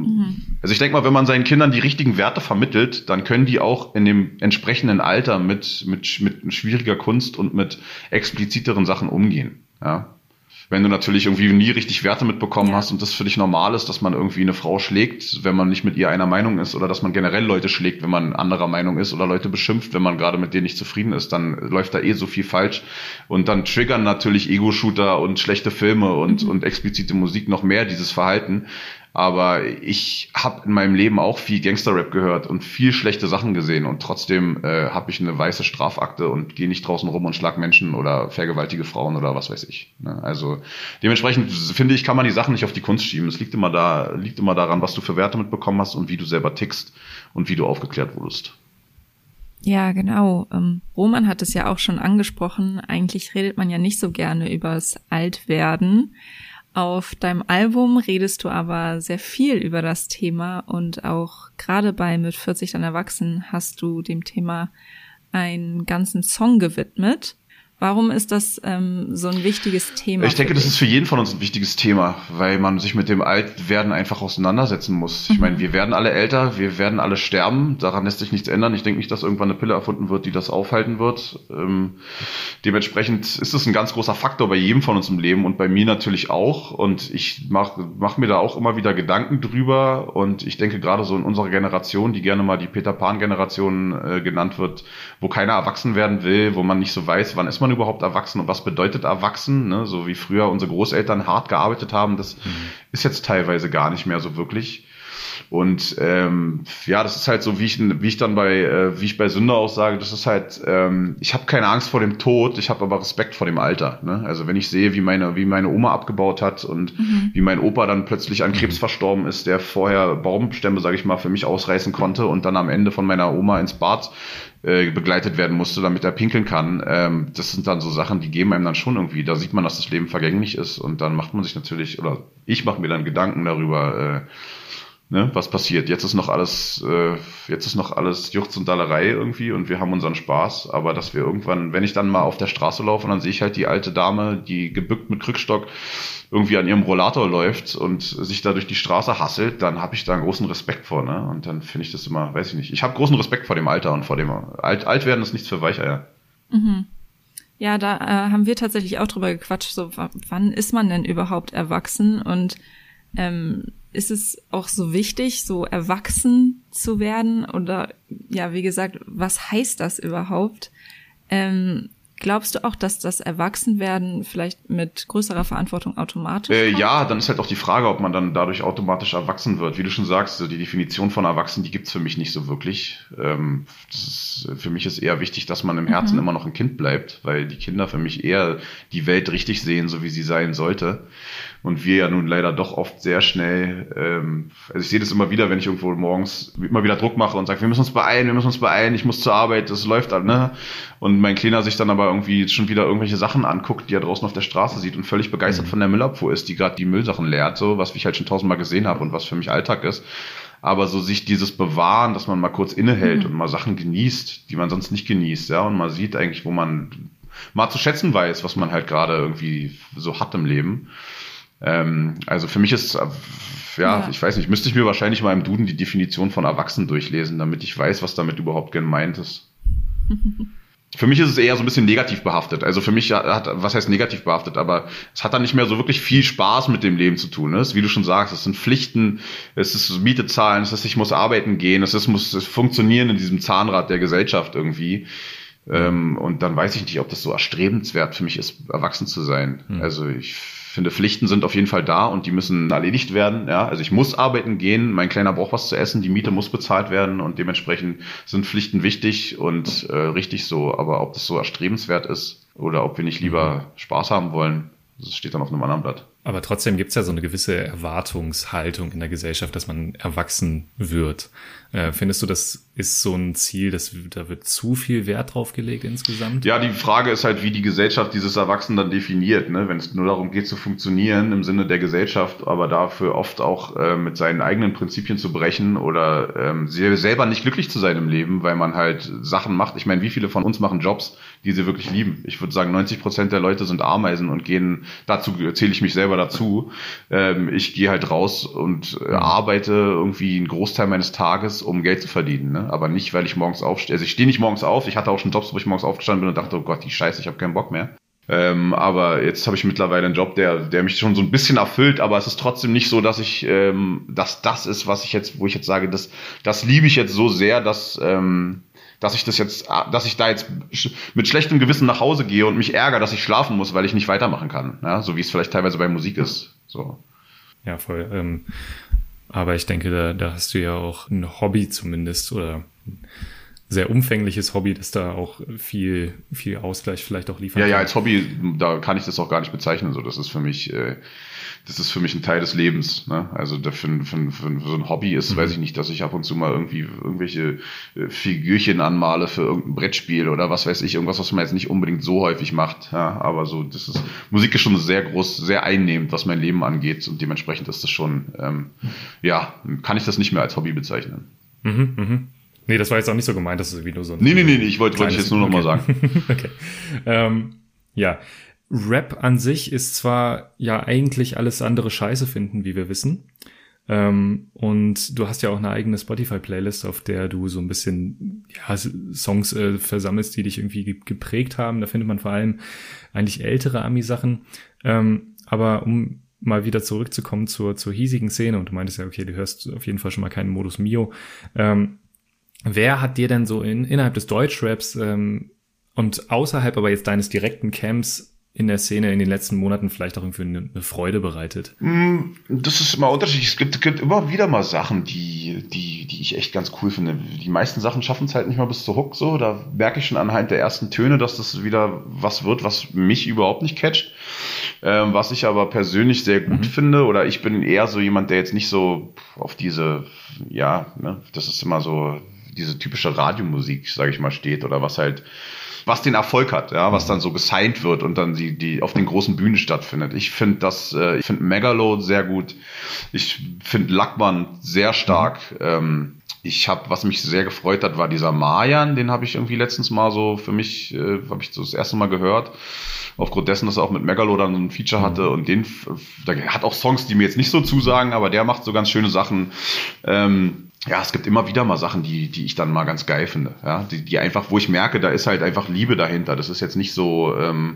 also ich denke mal, wenn man seinen Kindern die richtigen Werte vermittelt, dann können die auch in dem entsprechenden Alter mit schwieriger Kunst und mit expliziteren Sachen umgehen, ja. Wenn du natürlich irgendwie nie richtig Werte mitbekommen hast und das für dich normal ist, dass man irgendwie eine Frau schlägt, wenn man nicht mit ihr einer Meinung ist, oder dass man generell Leute schlägt, wenn man anderer Meinung ist, oder Leute beschimpft, wenn man gerade mit denen nicht zufrieden ist, dann läuft da so viel falsch. Und dann triggern natürlich Ego-Shooter und schlechte Filme und explizite Musik noch mehr dieses Verhalten. Aber ich habe in meinem Leben auch viel Gangster-Rap gehört und viel schlechte Sachen gesehen und trotzdem habe ich eine weiße Strafakte und gehe nicht draußen rum und schlag Menschen oder vergewaltige Frauen oder was weiß ich. Also dementsprechend finde ich, kann man die Sachen nicht auf die Kunst schieben. Es liegt immer daran, was du für Werte mitbekommen hast und wie du selber tickst und wie du aufgeklärt wurdest. Ja, genau. Roman hat es ja auch schon angesprochen. Eigentlich redet man ja nicht so gerne übers Altwerden. Auf deinem Album redest du aber sehr viel über das Thema und auch gerade bei mit 40 dann erwachsen hast du dem Thema einen ganzen Song gewidmet. Warum ist das so ein wichtiges Thema? Ich denke, das ist für jeden von uns ein wichtiges Thema, weil man sich mit dem Altwerden einfach auseinandersetzen muss. Ich meine, wir werden alle älter, wir werden alle sterben, daran lässt sich nichts ändern. Ich denke nicht, dass irgendwann eine Pille erfunden wird, die das aufhalten wird. Dementsprechend ist es ein ganz großer Faktor bei jedem von uns im Leben und bei mir natürlich auch. Und ich mach mir da auch immer wieder Gedanken drüber. Und ich denke gerade so in unserer Generation, die gerne mal die Peter-Pan-Generation genannt wird, wo keiner erwachsen werden will, wo man nicht so weiß, wann ist man überhaupt erwachsen und was bedeutet erwachsen, ne? So wie früher unsere Großeltern hart gearbeitet haben, das ist jetzt teilweise gar nicht mehr so wirklich. Und das ist halt so, wie ich bei Sünder auch sage, das ist halt, ich habe keine Angst vor dem Tod, ich habe aber Respekt vor dem Alter. Ne? Also wenn ich sehe, wie meine Oma abgebaut hat und wie mein Opa dann plötzlich an Krebs verstorben ist, der vorher Baumstämme, sage ich mal, für mich ausreißen konnte und dann am Ende von meiner Oma ins Bad begleitet werden musste, damit er pinkeln kann. Das sind dann so Sachen, die geben einem dann schon irgendwie, da sieht man, dass das Leben vergänglich ist und dann macht man sich natürlich, oder ich mache mir dann Gedanken darüber, was passiert. Jetzt ist noch alles Juchz und Dallerei irgendwie und wir haben unseren Spaß, aber dass wir irgendwann, wenn ich dann mal auf der Straße laufe und dann sehe ich halt die alte Dame, die gebückt mit Krückstock irgendwie an ihrem Rollator läuft und sich da durch die Straße hasselt, dann habe ich da einen großen Respekt vor, ne? Und dann finde ich das immer, weiß ich nicht. Ich habe großen Respekt vor dem Alter und vor dem Altwerden ist nichts für Weicheier. Mhm. Ja, da haben wir tatsächlich auch drüber gequatscht, so wann ist man denn überhaupt erwachsen und ist es auch so wichtig, so erwachsen zu werden oder ja, wie gesagt, was heißt das überhaupt? Glaubst du auch, dass das Erwachsenwerden vielleicht mit größerer Verantwortung automatisch kommt? Ja, dann ist halt auch die Frage, ob man dann dadurch automatisch erwachsen wird. Wie du schon sagst, die Definition von erwachsen, die gibt's für mich nicht so wirklich. Für mich ist eher wichtig, dass man im Herzen immer noch ein Kind bleibt, weil die Kinder für mich eher die Welt richtig sehen, so wie sie sein sollte. Und wir ja nun leider doch oft sehr schnell, also ich sehe das immer wieder, wenn ich irgendwo morgens immer wieder Druck mache und sage, wir müssen uns beeilen, ich muss zur Arbeit, das läuft halt, ne? Und mein Kleiner sich dann aber irgendwie schon wieder irgendwelche Sachen anguckt, die er draußen auf der Straße sieht und völlig begeistert von der Müllabfuhr ist, die gerade die Müllsachen leert, so, was ich halt schon 1000-mal gesehen habe und was für mich Alltag ist. Aber so sich dieses Bewahren, dass man mal kurz innehält und mal Sachen genießt, die man sonst nicht genießt, ja, und mal sieht eigentlich, wo man mal zu schätzen weiß, was man halt gerade irgendwie so hat im Leben. Also für mich ist, ich weiß nicht, müsste ich mir wahrscheinlich mal im Duden die Definition von Erwachsen durchlesen, damit ich weiß, was damit überhaupt gemeint ist. Für mich ist es eher so ein bisschen negativ behaftet. Also für mich was heißt negativ behaftet, aber es hat dann nicht mehr so wirklich viel Spaß mit dem Leben zu tun. Ne? Wie du schon sagst, es sind Pflichten, es ist Miete zahlen, es ist, ich muss arbeiten gehen, es muss funktionieren in diesem Zahnrad der Gesellschaft irgendwie. Und dann weiß ich nicht, ob das so erstrebenswert für mich ist, erwachsen zu sein. Also ich finde, Pflichten sind auf jeden Fall da und die müssen erledigt werden. Ja? Also ich muss arbeiten gehen, mein Kleiner braucht was zu essen, die Miete muss bezahlt werden und dementsprechend sind Pflichten wichtig und richtig so. Aber ob das so erstrebenswert ist oder ob wir nicht lieber Spaß haben wollen, das steht dann auf einem anderen Blatt. Aber trotzdem gibt's ja so eine gewisse Erwartungshaltung in der Gesellschaft, dass man erwachsen wird. Findest du, das ist so ein Ziel, da wird zu viel Wert drauf gelegt insgesamt? Ja, die Frage ist halt, wie die Gesellschaft dieses Erwachsen dann definiert. Ne? Wenn es nur darum geht, zu funktionieren im Sinne der Gesellschaft, aber dafür oft auch mit seinen eigenen Prinzipien zu brechen oder selber nicht glücklich zu sein im Leben, weil man halt Sachen macht. Ich meine, wie viele von uns machen Jobs, die sie wirklich lieben? Ich würde sagen, 90% der Leute sind Ameisen und dazu zähle ich mich selber dazu. Ich gehe halt raus und arbeite irgendwie einen Großteil meines Tages, um Geld zu verdienen. Ne? Aber nicht, weil ich morgens aufstehe. Also ich stehe nicht morgens auf. Ich hatte auch schon Jobs, wo ich morgens aufgestanden bin und dachte, oh Gott, die Scheiße, ich habe keinen Bock mehr. Aber jetzt habe ich mittlerweile einen Job, der mich schon so ein bisschen erfüllt, aber es ist trotzdem nicht so, dass ich, dass das ist, wo ich jetzt sage, das liebe ich jetzt so sehr, dass ich da jetzt mit schlechtem Gewissen nach Hause gehe und mich ärgere, dass ich schlafen muss, weil ich nicht weitermachen kann. Ja? So wie es vielleicht teilweise bei Musik ist. So. Ja, voll. Aber ich denke, da hast du ja auch ein Hobby zumindest oder ein sehr umfängliches Hobby, das da auch viel Ausgleich vielleicht auch liefert. Ja, als Hobby, da kann ich das auch gar nicht bezeichnen. So, das ist für mich ein Teil des Lebens. Ne? Also für so ein Hobby ist, weiß ich nicht, dass ich ab und zu mal irgendwelche Figürchen anmale für irgendein Brettspiel oder was weiß ich, irgendwas, was man jetzt nicht unbedingt so häufig macht. Ja? Aber so, Musik ist schon sehr groß, sehr einnehmend, was mein Leben angeht und dementsprechend ist das schon, kann ich das nicht mehr als Hobby bezeichnen. Nee, das war jetzt auch nicht so gemeint, dass es irgendwie nur so ein... Nee, ich wollte jetzt nur noch mal sagen. Okay. Ja, Rap an sich ist zwar ja eigentlich alles andere Scheiße finden, wie wir wissen. Und du hast ja auch eine eigene Spotify-Playlist, auf der du so ein bisschen Songs versammelst, die dich irgendwie geprägt haben. Da findet man vor allem eigentlich ältere Ami-Sachen. Aber um mal wieder zurückzukommen zur hiesigen Szene, und du meintest ja, okay, du hörst auf jeden Fall schon mal keinen Modus Mio. Wer hat dir denn so innerhalb des Deutschraps und außerhalb aber jetzt deines direkten Camps in der Szene in den letzten Monaten vielleicht auch irgendwie eine Freude bereitet? Das ist immer unterschiedlich. Es gibt immer wieder mal Sachen, die ich echt ganz cool finde. Die meisten Sachen schaffen es halt nicht mal bis zur Hook so. Da merke ich schon anhand der ersten Töne, dass das wieder was wird, was mich überhaupt nicht catcht. Was ich aber persönlich sehr gut finde, oder ich bin eher so jemand, der jetzt nicht so auf diese, das ist immer so diese typische Radiomusik, sage ich mal, steht, oder was den Erfolg hat, was dann so gesigned wird und dann die auf den großen Bühnen stattfindet. Ich finde Megalo sehr gut. Ich finde Lackmann sehr stark. Was mich sehr gefreut hat, war dieser Marjan, den habe ich irgendwie letztens mal so für mich, habe ich so das erste Mal gehört. Aufgrund dessen, dass er auch mit Megalo dann so ein Feature hatte, und der hat auch Songs, die mir jetzt nicht so zusagen, aber der macht so ganz schöne Sachen. Es gibt immer wieder mal Sachen, die ich dann mal ganz geil finde. Ja, die einfach, wo ich merke, da ist halt einfach Liebe dahinter. Das ist jetzt nicht so,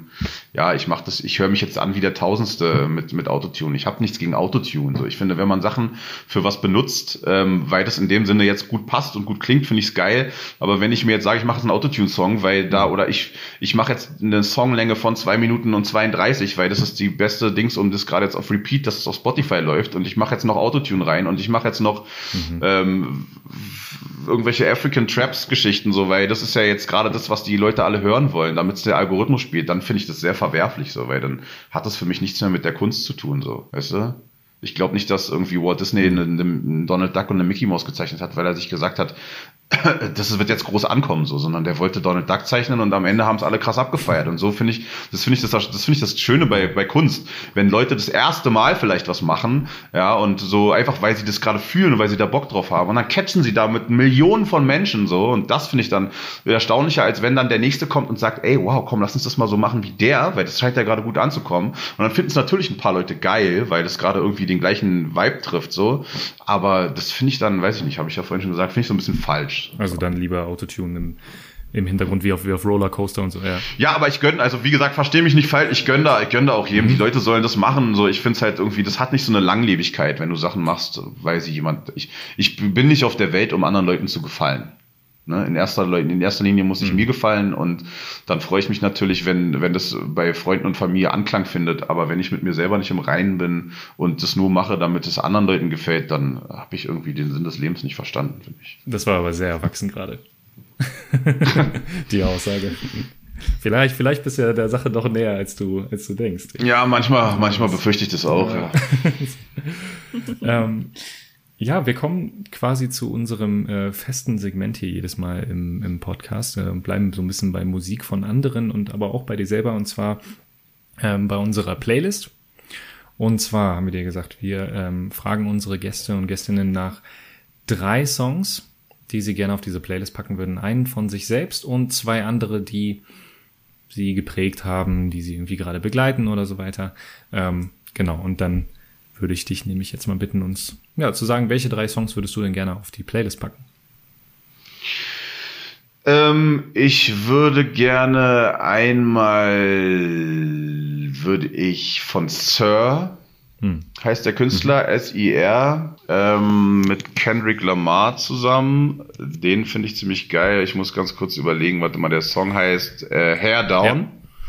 ich höre mich jetzt an wie der Tausendste mit Autotune. Ich habe nichts gegen Autotune. So, ich finde, wenn man Sachen für was benutzt, weil das in dem Sinne jetzt gut passt und gut klingt, finde ich es geil. Aber wenn ich mir jetzt sage, ich mache jetzt einen Autotune-Song, ich mache jetzt eine Songlänge von 2 Minuten und 32, weil das ist die beste Dings, um das gerade jetzt auf Repeat, dass es auf Spotify läuft, und ich mache jetzt noch Autotune rein und ich mache jetzt noch irgendwelche African Traps Geschichten, so, weil das ist ja jetzt gerade das, was die Leute alle hören wollen, damit der Algorithmus spielt, dann finde ich das sehr verwerflich, so, weil dann hat das für mich nichts mehr mit der Kunst zu tun, so, weißt du? Ich glaube nicht, dass irgendwie Walt Disney einen Donald Duck und eine Mickey Mouse gezeichnet hat, weil er sich gesagt hat, das wird jetzt groß ankommen, so, sondern der wollte Donald Duck zeichnen und am Ende haben es alle krass abgefeiert. Und so finde ich das Schöne bei Kunst, wenn Leute das erste Mal vielleicht was machen, und so einfach, weil sie das gerade fühlen und weil sie da Bock drauf haben, und dann catchen sie da mit Millionen von Menschen, so, und das finde ich dann erstaunlicher, als wenn dann der Nächste kommt und sagt, ey, wow, komm, lass uns das mal so machen wie der, weil das scheint ja gerade gut anzukommen. Und dann finden es natürlich ein paar Leute geil, weil das gerade irgendwie den gleichen Vibe trifft, so. Aber das finde ich dann, weiß ich nicht, habe ich ja vorhin schon gesagt, finde ich so ein bisschen falsch. Also dann lieber Autotune im Hintergrund wie auf Rollercoaster und so, ja. Ja, aber ich gönne, also wie gesagt, verstehe mich nicht falsch, ich gönne da auch jedem, die Leute sollen das machen, so, ich finde es halt irgendwie, das hat nicht so eine Langlebigkeit, wenn du Sachen machst, weil ich bin nicht auf der Welt, um anderen Leuten zu gefallen. Ne? In erster Linie muss ich mir gefallen, und dann freue ich mich natürlich, wenn das bei Freunden und Familie Anklang findet, aber wenn ich mit mir selber nicht im Reinen bin und das nur mache, damit es anderen Leuten gefällt, dann habe ich irgendwie den Sinn des Lebens nicht verstanden, finde ich. Das war aber sehr erwachsen gerade. Die Aussage. Vielleicht bist du ja der Sache doch näher, als du denkst. Ja, manchmal befürchte ich das auch. Ja, wir kommen quasi zu unserem festen Segment hier jedes Mal im Podcast, bleiben so ein bisschen bei Musik von anderen und aber auch bei dir selber, und zwar bei unserer Playlist. Und zwar haben wir dir gesagt, wir fragen unsere Gäste und Gästinnen nach 3 Songs, die sie gerne auf diese Playlist packen würden. Einen von sich selbst und 2 andere, die sie geprägt haben, die sie irgendwie gerade begleiten oder so weiter. Genau, und dann würde ich dich nämlich jetzt mal bitten, uns zu sagen, welche 3 Songs würdest du denn gerne auf die Playlist packen? Ich würde gerne von Sir, heißt der Künstler, S-I-R, mit Kendrick Lamar zusammen. Den finde ich ziemlich geil. Ich muss ganz kurz überlegen, warte mal, der Song heißt Hair Down. Ja.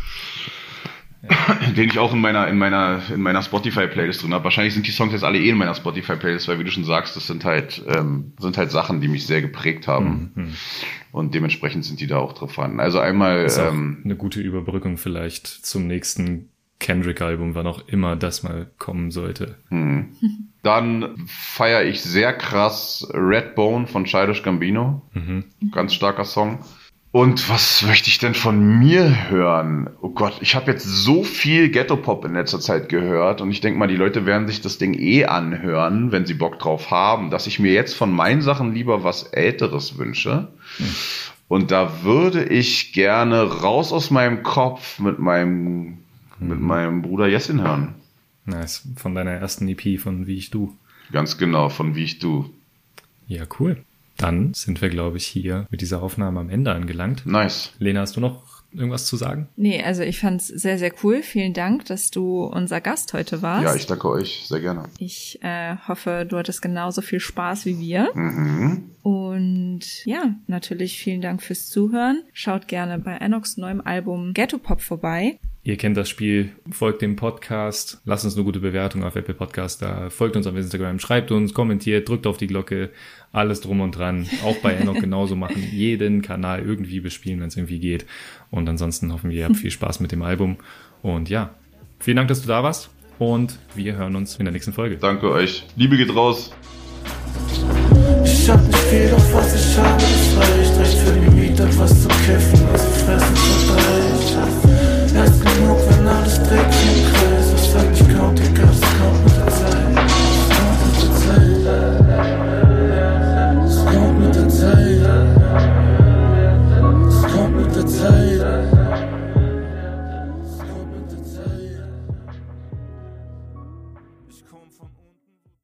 Den ich auch in meiner Spotify-Playlist drin habe. Wahrscheinlich sind die Songs jetzt alle in meiner Spotify-Playlist, weil, wie du schon sagst, das sind halt Sachen, die mich sehr geprägt haben. Und dementsprechend sind die da auch drauf vorhanden. Also einmal ist auch eine gute Überbrückung vielleicht zum nächsten Kendrick-Album, wann auch immer das mal kommen sollte. Dann feiere ich sehr krass Redbone von Childish Gambino. Ganz starker Song. Und was möchte ich denn von mir hören? Oh Gott, ich habe jetzt so viel Ghetto-Pop in letzter Zeit gehört und ich denke mal, die Leute werden sich das Ding anhören, wenn sie Bock drauf haben, dass ich mir jetzt von meinen Sachen lieber was Älteres wünsche. Und da würde ich gerne raus aus meinem Kopf mit meinem Bruder Jessin hören. Nice, von deiner ersten EP von Wie ich du. Ganz genau, von Wie ich du. Ja, cool. Dann sind wir, glaube ich, hier mit dieser Aufnahme am Ende angelangt. Nice. Lena, hast du noch irgendwas zu sagen? Nee, also ich fand's sehr, sehr cool. Vielen Dank, dass du unser Gast heute warst. Ja, ich danke euch sehr gerne. Ich hoffe, du hattest genauso viel Spaß wie wir. Mhm. Und ja, natürlich vielen Dank fürs Zuhören. Schaut gerne bei Enochs neuem Album Ghetto Pop vorbei. Ihr kennt das Spiel, folgt dem Podcast, lasst uns eine gute Bewertung auf Apple Podcast da, folgt uns auf Instagram, schreibt uns, kommentiert, drückt auf die Glocke, alles drum und dran. Auch bei Enoch genauso machen, jeden Kanal irgendwie bespielen, wenn es irgendwie geht. Und ansonsten hoffen wir, ihr habt viel Spaß mit dem Album. Und ja, vielen Dank, dass du da warst und wir hören uns in der nächsten Folge. Danke euch. Liebe geht raus. Ich hab nicht viel, doch was ich habe, ist frei.